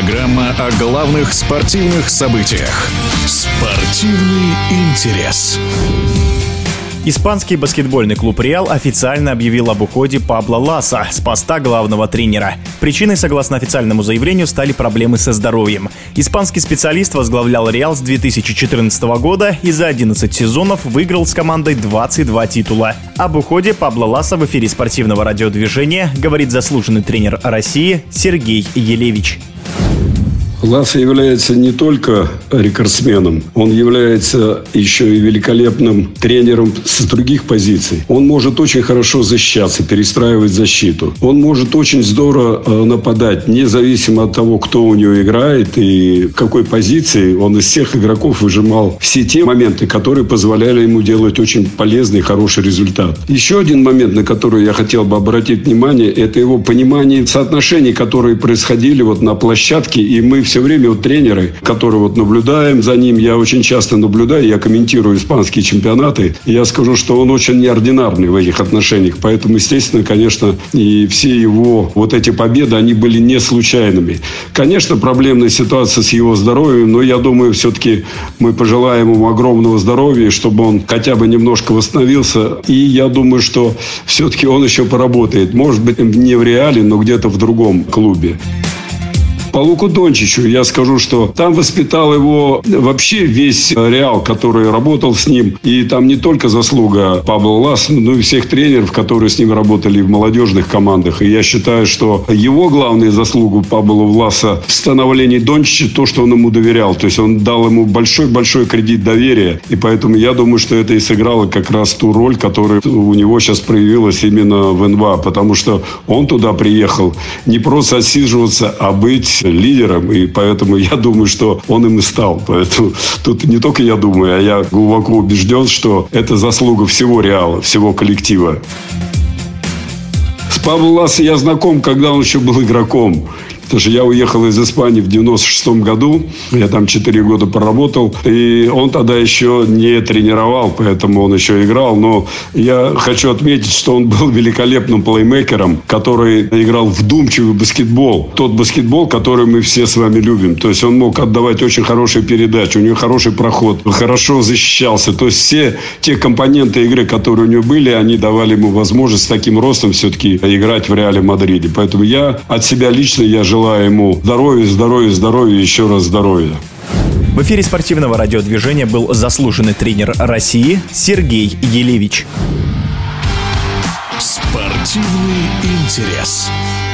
Программа о главных спортивных событиях. Спортивный интерес. Испанский баскетбольный клуб «Реал» официально объявил об уходе Пабло Ласа с поста главного тренера. Причиной, согласно официальному заявлению, стали проблемы со здоровьем. Испанский специалист возглавлял «Реал» с 2014 года и за 11 сезонов выиграл с командой 22 титула. Об уходе Пабло Ласа в эфире спортивного радиодвижения говорит заслуженный тренер России Сергей Елевич. Ласа является не только рекордсменом, он является еще и великолепным тренером с других позиций. Он может очень хорошо защищаться, перестраивать защиту. Он может очень здорово нападать, независимо от того, кто у него играет и в какой позиции. Он из всех игроков выжимал все те моменты, которые позволяли ему делать очень полезный, хороший результат. Еще один момент, на который я хотел бы обратить внимание, это его понимание соотношений, которые происходили на площадке, и мы все время тренеры, которые наблюдаем за ним, я очень часто наблюдаю, я комментирую испанские чемпионаты, и я скажу, что он очень неординарный в этих отношениях, поэтому, естественно, конечно, и все его эти победы, они были не случайными. Конечно, проблемная ситуация с его здоровьем, но я думаю, все-таки мы пожелаем ему огромного здоровья, чтобы он хотя бы немножко восстановился, и я думаю, что все-таки он еще поработает, может быть, не в «Реале», но где-то в другом клубе. По Луку Дончичу я скажу, что там воспитал его вообще весь «Реал», который работал с ним. И там не только заслуга Пабло Ласа, но и всех тренеров, которые с ним работали в молодежных командах. И я считаю, что его главная заслуга Пабло Ласа в становлении Дончича то, что он ему доверял. То есть он дал ему большой-большой кредит доверия. И поэтому я думаю, что это и сыграло как раз ту роль, которая у него сейчас проявилась именно в НБА. Потому что он туда приехал не просто отсиживаться, а быть лидером, и поэтому я думаю, что он им и стал. Поэтому тут не только я думаю, а я глубоко убежден, что это заслуга всего «Реала», всего коллектива. С Пабло Ласа я знаком, когда он еще был игроком. Потому что я уехал из Испании в 96 году. Я там 4 года поработал. И он тогда еще не тренировал, поэтому он еще играл. Но я хочу отметить, что он был великолепным плеймейкером, который играл вдумчивый баскетбол. Тот баскетбол, который мы все с вами любим. То есть он мог отдавать очень хорошие передачи. У него хороший проход. Хорошо защищался. То есть все те компоненты игры, которые у него были, они давали ему возможность с таким ростом все-таки играть в «Реале Мадриде». Поэтому я от себя лично желаю ему здоровья, еще раз здоровья. В эфире спортивного радиодвижения был заслуженный тренер России Сергей Елевич. Спортивный интерес.